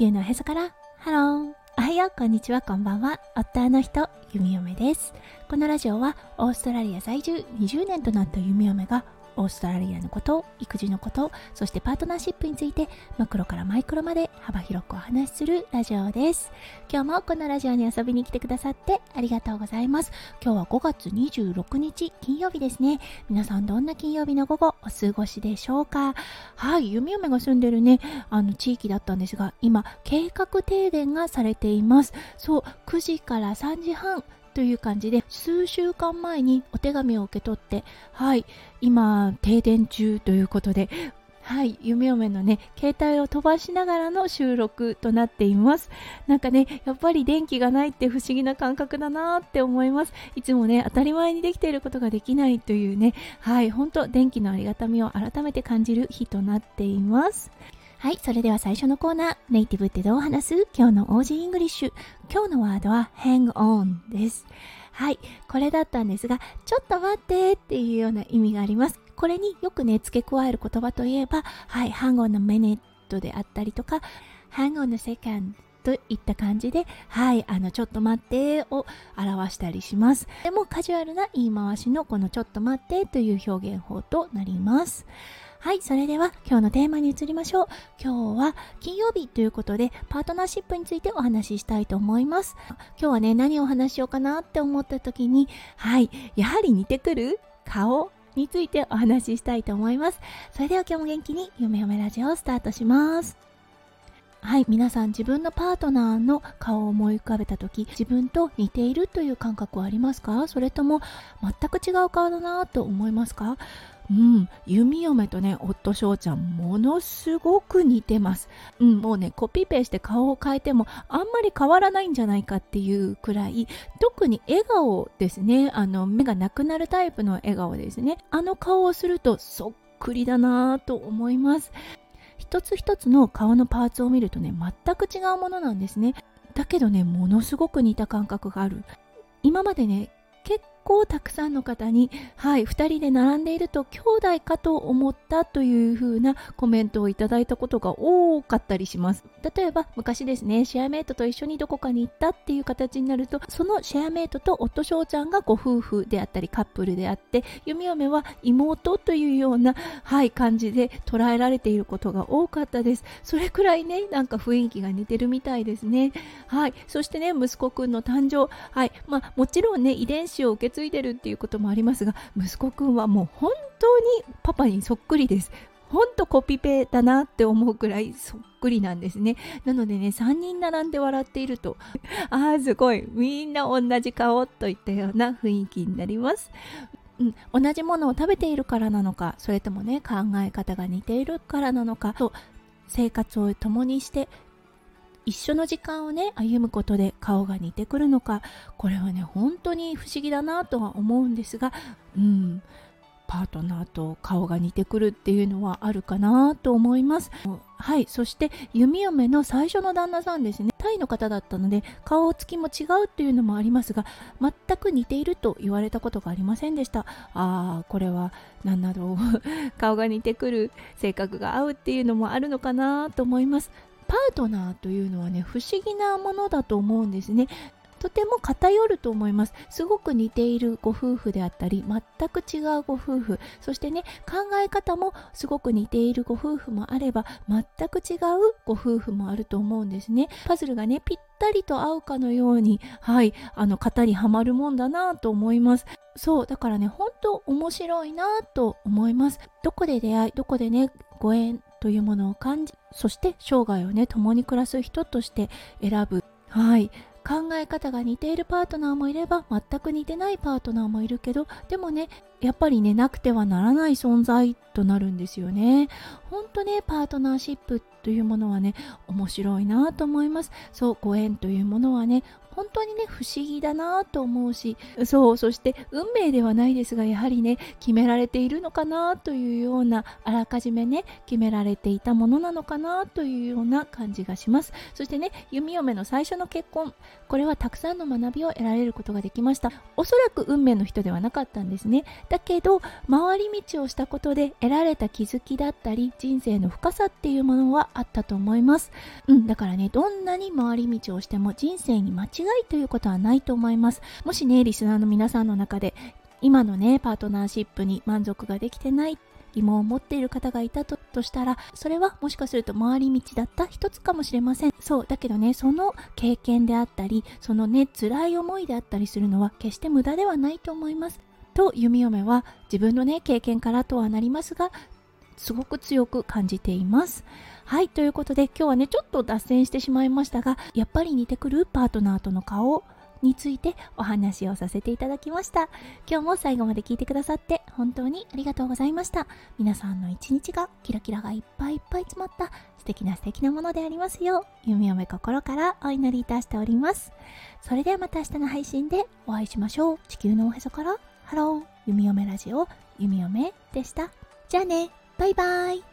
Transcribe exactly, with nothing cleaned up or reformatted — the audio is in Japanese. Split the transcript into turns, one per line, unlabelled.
球のへそからハロー、おはよう、こんにちは、こんばんは。夫の人、弓嫁です。このラジオはオーストラリア在住にじゅうねんとなった弓嫁がオーストラリアのこと、育児のこと、そしてパートナーシップについてマクロからマイクロまで幅広くお話しするラジオです。今日もこのラジオに遊びに来てくださってありがとうございます。今日はごがつにじゅうろくにち金曜日ですね。皆さんどんな金曜日の午後お過ごしでしょうか。はい、弓嫁が住んでるねあの地域だったんですが、今計画停電がされています。そう、くじからさんじはんという感じで、数週間前にお手紙を受け取って、はい、今停電中ということで、はい、弓嫁のね携帯を飛ばしながらの収録となっています。なんかね、やっぱり電気がないって不思議な感覚だなって思います。いつもね当たり前にできていることができないというね、はい、本当電気のありがたみを改めて感じる日となっています。はい、それでは最初のコーナー、ネイティブってどう話す？今日の オージー イングリッシュ。今日のワードは hang on です。はい、これだったんですが、ちょっと待ってっていうような意味があります。これによくね付け加える言葉といえば、はい、hang on a minute であったりとか、hang on a secondといった感じで、はい、あのちょっと待ってを表したりします。でもカジュアルな言い回しのこのちょっと待ってという表現法となります。はい、それでは今日のテーマに移りましょう。今日は金曜日ということでパートナーシップについてお話ししたいと思います。今日はね、何をお話ししようかなって思った時に、はい、やはり似てくる顔についてお話ししたいと思います。それでは今日も元気に夢嫁ラジオをスタートします。はい、皆さん自分のパートナーの顔を思い浮かべたとき、自分と似ているという感覚はありますか？それとも全く違う顔だなと思いますか？うん、弓嫁とね夫翔ちゃんものすごく似てます。うん、もうねコピペして顔を変えてもあんまり変わらないんじゃないかっていうくらい、特に笑顔ですね。あの目がなくなるタイプの笑顔ですね。あの顔をするとそっくりだなと思います。一つ一つの顔のパーツを見るとね全く違うものなんですね。だけどねものすごく似た感覚がある。今までね結構たくさんの方に、はい、ふたりで並んでいると兄弟かと思ったという風なコメントをいただいたことが多かったりします。例えば昔ですね、シェアメイトと一緒にどこかに行ったっていう形になると、そのシェアメイトと夫翔ちゃんがご夫婦であったりカップルであって、弓嫁は妹というような、はい、感じで捉えられていることが多かったです。それくらいねなんか雰囲気が似てるみたいですね。はい、そしてね息子くんの誕生、はい、まあもちろんね遺伝子を受け継いでるっていうこともありますが、息子くんはもう本当にパパにそっくりです。ほんとコピペだなって思うくらいそっくりなんですね。なのでねさんにん並んで笑っているとあーすごいみんな同じ顔といったような雰囲気になります。うん、同じものを食べているからなのか、それともね考え方が似ているからなのかと、生活を共にして一緒の時間をね歩むことで顔が似てくるのか、これはね本当に不思議だなとは思うんですが、うんパートナーと顔が似てくるっていうのはあるかなと思います。はい、そして弓嫁の最初の旦那さんですね、タイの方だったので顔つきも違うっていうのもありますが、全く似ていると言われたことがありませんでした。あーこれは何だろう顔が似てくる、性格が合うっていうのもあるのかなと思います。パートナーというのはね不思議なものだと思うんですね。とても偏ると思います。すごく似ているご夫婦であったり、全く違うご夫婦、そしてね考え方もすごく似ているご夫婦もあれば、全く違うご夫婦もあると思うんですね。パズルがねぴったりと合うかのように、はいあの型にはまるもんだなと思います。そうだからね本当面白いなと思います。どこで出会い、どこでねご縁というものを感じ、そして生涯をね共に暮らす人として選ぶ、はい考え方が似ているパートナーもいれば、全く似てないパートナーもいるけど、でもねやっぱりねなくてはならない存在となるんですよね。ほんとねパートナーシップというものはね面白いなと思います。そう、ご縁というものはね本当にね不思議だなと思うし、そうそして運命ではないですが、やはりね決められているのかなというような、あらかじめね決められていたものなのかなというような感じがします。そしてね、弓嫁の最初の結婚、これはたくさんの学びを得られることができました。おそらく運命の人ではなかったんですね。だけど回り道をしたことで得られた気づきだったり、人生の深さっていうものはあったと思います。うん、だからね、どんなに回り道をしても人生に間違いということはないと思います。もしねリスナーの皆さんの中で今のねパートナーシップに満足ができてない、疑問を持っている方がいた と, としたら、それはもしかすると回り道だった一つかもしれません。そうだけどね、その経験であったり、そのね辛い思いであったりするのは決して無駄ではないと思いますと、弓嫁は自分のね経験からとはなりますが、すごく強く感じています。はい、ということで今日はねちょっと脱線してしまいましたが、やっぱり似てくるパートナーとの顔についてお話をさせていただきました。今日も最後まで聞いてくださって本当にありがとうございました。皆さんの一日がキラキラがいっぱいいっぱい詰まった素敵な素敵なものでありますよう、弓嫁心からお祈りいたしております。それではまた明日の配信でお会いしましょう。地球のおへそからハロー、弓嫁ラジオ弓嫁でした。じゃあね、バイバイ。